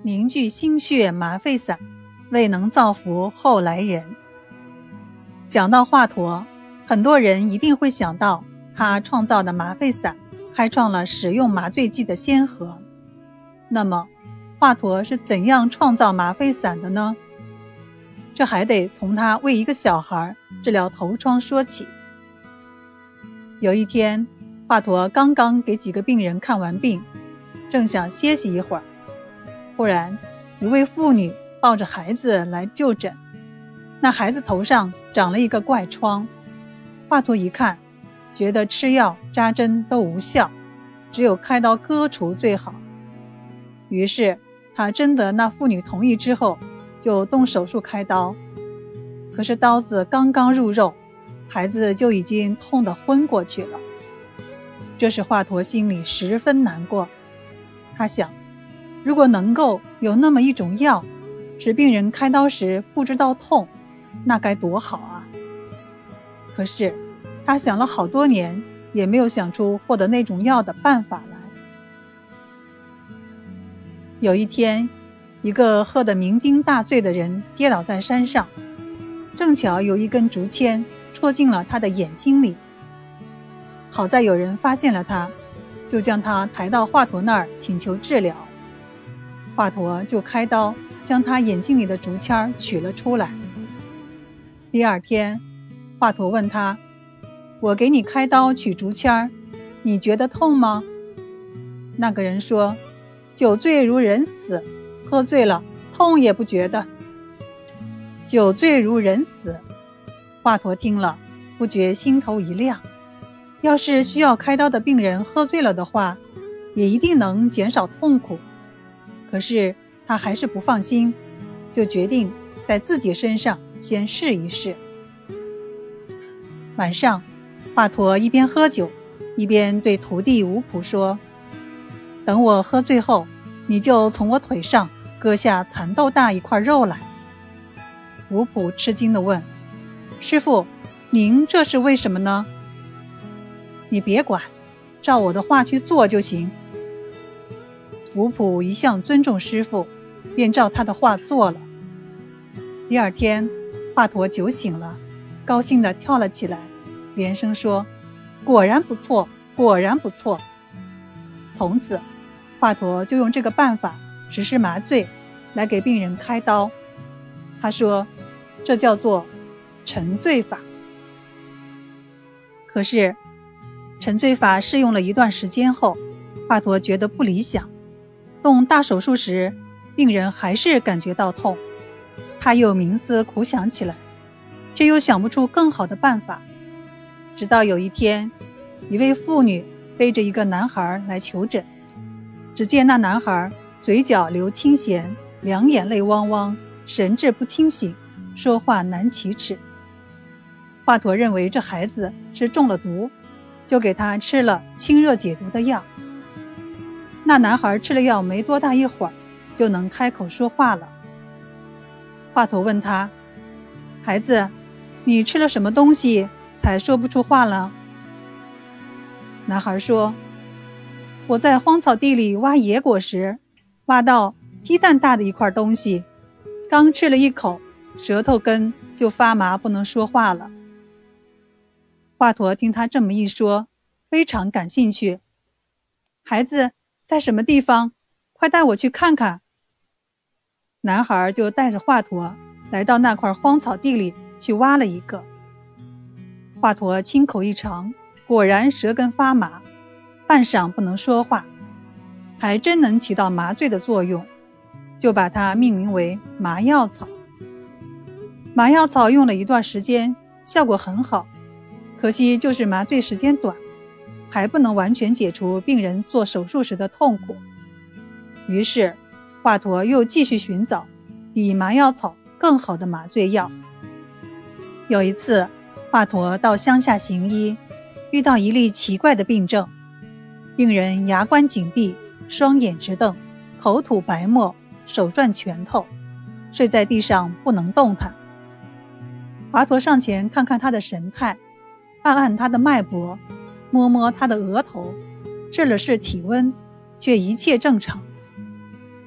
凝聚心血麻沸散，未能造福后来人。讲到华佗，很多人一定会想到他创造的麻沸散开创了使用麻醉剂的先河。那么华佗是怎样创造麻沸散的呢？这还得从他为一个小孩治疗头疮说起。有一天，华佗刚刚给几个病人看完病，正想歇息一会儿，忽然一位妇女抱着孩子来就诊，那孩子头上长了一个怪疮。华佗一看，觉得吃药扎针都无效，只有开刀割除最好。于是他征得那妇女同意之后，就动手术开刀。可是刀子刚刚入肉，孩子就已经痛得昏过去了。这使华佗心里十分难过。他想，如果能够有那么一种药，使病人开刀时不知道痛，那该多好啊！可是他想了好多年，也没有想出获得那种药的办法来。有一天，一个喝得酩酊大醉的人跌倒在山上，正巧有一根竹签戳进了他的眼睛里。好在有人发现了他，就将他抬到华佗那儿请求治疗。华佗就开刀将他眼睛里的竹签取了出来。第二天，华佗问他，我给你开刀取竹签，你觉得痛吗？那个人说，酒醉如人死，喝醉了痛也不觉得。酒醉如人死，华佗听了不觉心头一亮，要是需要开刀的病人喝醉了的话，也一定能减少痛苦。可是他还是不放心，就决定在自己身上先试一试。晚上，华佗一边喝酒，一边对徒弟吴普说，等我喝醉后，你就从我腿上割下蚕豆大一块肉来。吴普吃惊地问，师父，您这是为什么呢？你别管，照我的话去做就行。吴普一向尊重师父，便照他的话做了。第二天，华佗酒醒了，高兴地跳了起来，连声说，果然不错，果然不错。从此，华佗就用这个办法实施麻醉来给病人开刀。他说，这叫做沉醉法。可是沉醉法试用了一段时间后，华佗觉得不理想，动大手术时病人还是感觉到痛。他又冥思苦想起来，却又想不出更好的办法。直到有一天，一位妇女背着一个男孩来求诊，只见那男孩嘴角流清涎，两眼泪汪汪，神志不清醒，说话难启齿。华佗认为这孩子是中了毒，就给他吃了清热解毒的药。那男孩吃了药没多大一会儿，就能开口说话了。华佗问他，孩子，你吃了什么东西才说不出话了？男孩说，我在荒草地里挖野果时，挖到鸡蛋大的一块东西，刚吃了一口，舌头根就发麻，不能说话了。华佗听他这么一说，非常感兴趣。孩子在什么地方？快带我去看看。男孩就带着华佗来到那块荒草地里去挖了一个。华佗亲口一尝，果然舌根发麻，半晌不能说话，还真能起到麻醉的作用，就把它命名为麻药草。麻药草用了一段时间，效果很好，可惜就是麻醉时间短，还不能完全解除病人做手术时的痛苦。于是华佗又继续寻找比麻药草更好的麻醉药。有一次，华佗到乡下行医，遇到一例奇怪的病症，病人牙关紧闭，双眼直瞪，口吐白沫，手攥拳头，睡在地上不能动弹。华佗上前看看他的神态，按按他的脉搏，摸摸他的额头，试了试体温，却一切正常。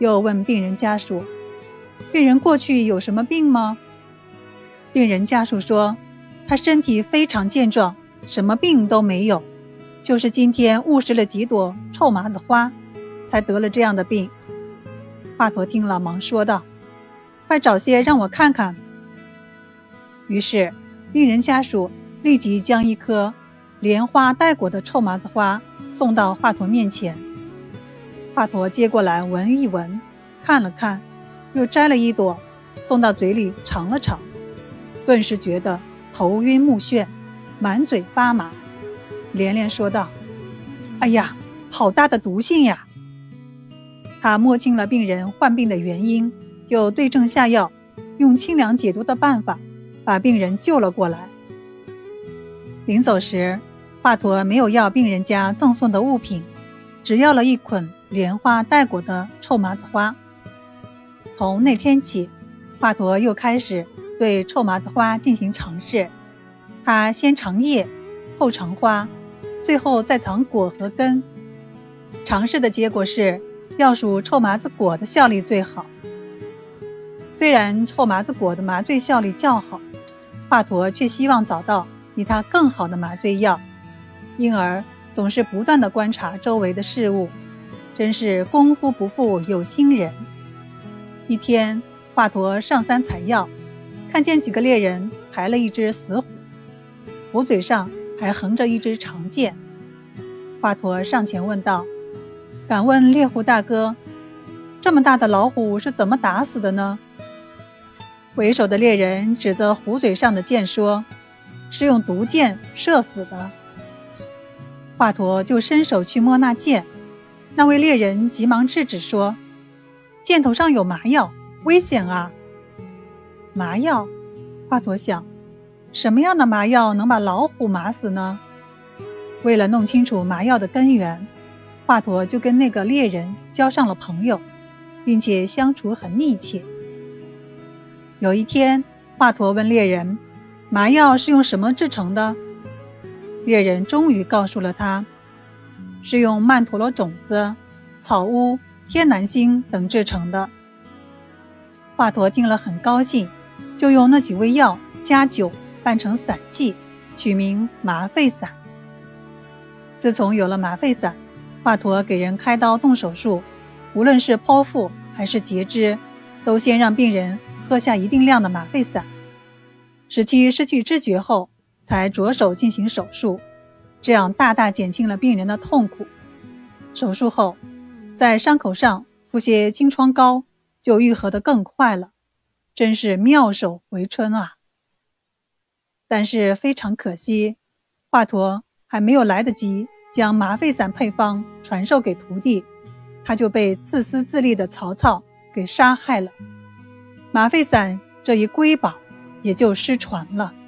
又问病人家属，病人过去有什么病吗？病人家属说，他身体非常健壮，什么病都没有，就是今天误食了几朵臭麻子花，才得了这样的病。华佗听了忙说道，快找些让我看看。于是病人家属立即将一颗莲花带果的臭麻子花送到华佗面前。华佗接过来闻一闻，看了看，又摘了一朵送到嘴里尝了尝，顿时觉得头晕目眩，满嘴发麻，连连说道，哎呀，好大的毒性呀！他摸清了病人患病的原因，就对症下药，用清凉解毒的办法把病人救了过来。临走时，华佗没有要病人家赠送的物品，只要了一捆莲花带果的臭麻子花。从那天起，华佗又开始对臭麻子花进行尝试，他先尝叶，后尝花，最后再尝果和根。尝试的结果是，要数臭麻子果的效力最好。虽然臭麻子果的麻醉效力较好，华佗却希望找到比它更好的麻醉药，因而总是不断地观察周围的事物，真是功夫不负有心人。一天，华佗上山采药，看见几个猎人抬了一只死虎，虎嘴上还横着一支长剑。华佗上前问道，敢问猎户大哥，这么大的老虎是怎么打死的呢？为首的猎人指着虎嘴上的剑说，是用毒箭射死的。华佗就伸手去摸那剑，那位猎人急忙制止说，箭头上有麻药，危险啊！麻药？华佗想，什么样的麻药能把老虎麻死呢？为了弄清楚麻药的根源，华佗就跟那个猎人交上了朋友，并且相处很密切。有一天，华佗问猎人，麻药是用什么制成的？猎人终于告诉了他，是用曼陀罗种子、草乌、天南星等制成的。华佗听了很高兴，就用那几味药加酒拌成散剂，取名麻沸散。自从有了麻沸散，华佗给人开刀动手术，无论是剖腹还是截肢，都先让病人喝下一定量的麻沸散，使其失去知觉后才着手进行手术，这样大大减轻了病人的痛苦。手术后，在伤口上敷些清创膏，就愈合得更快了，真是妙手回春啊！但是非常可惜，华佗还没有来得及将麻沸散配方传授给徒弟，他就被自私自利的曹操给杀害了。麻沸散这一瑰宝也就失传了。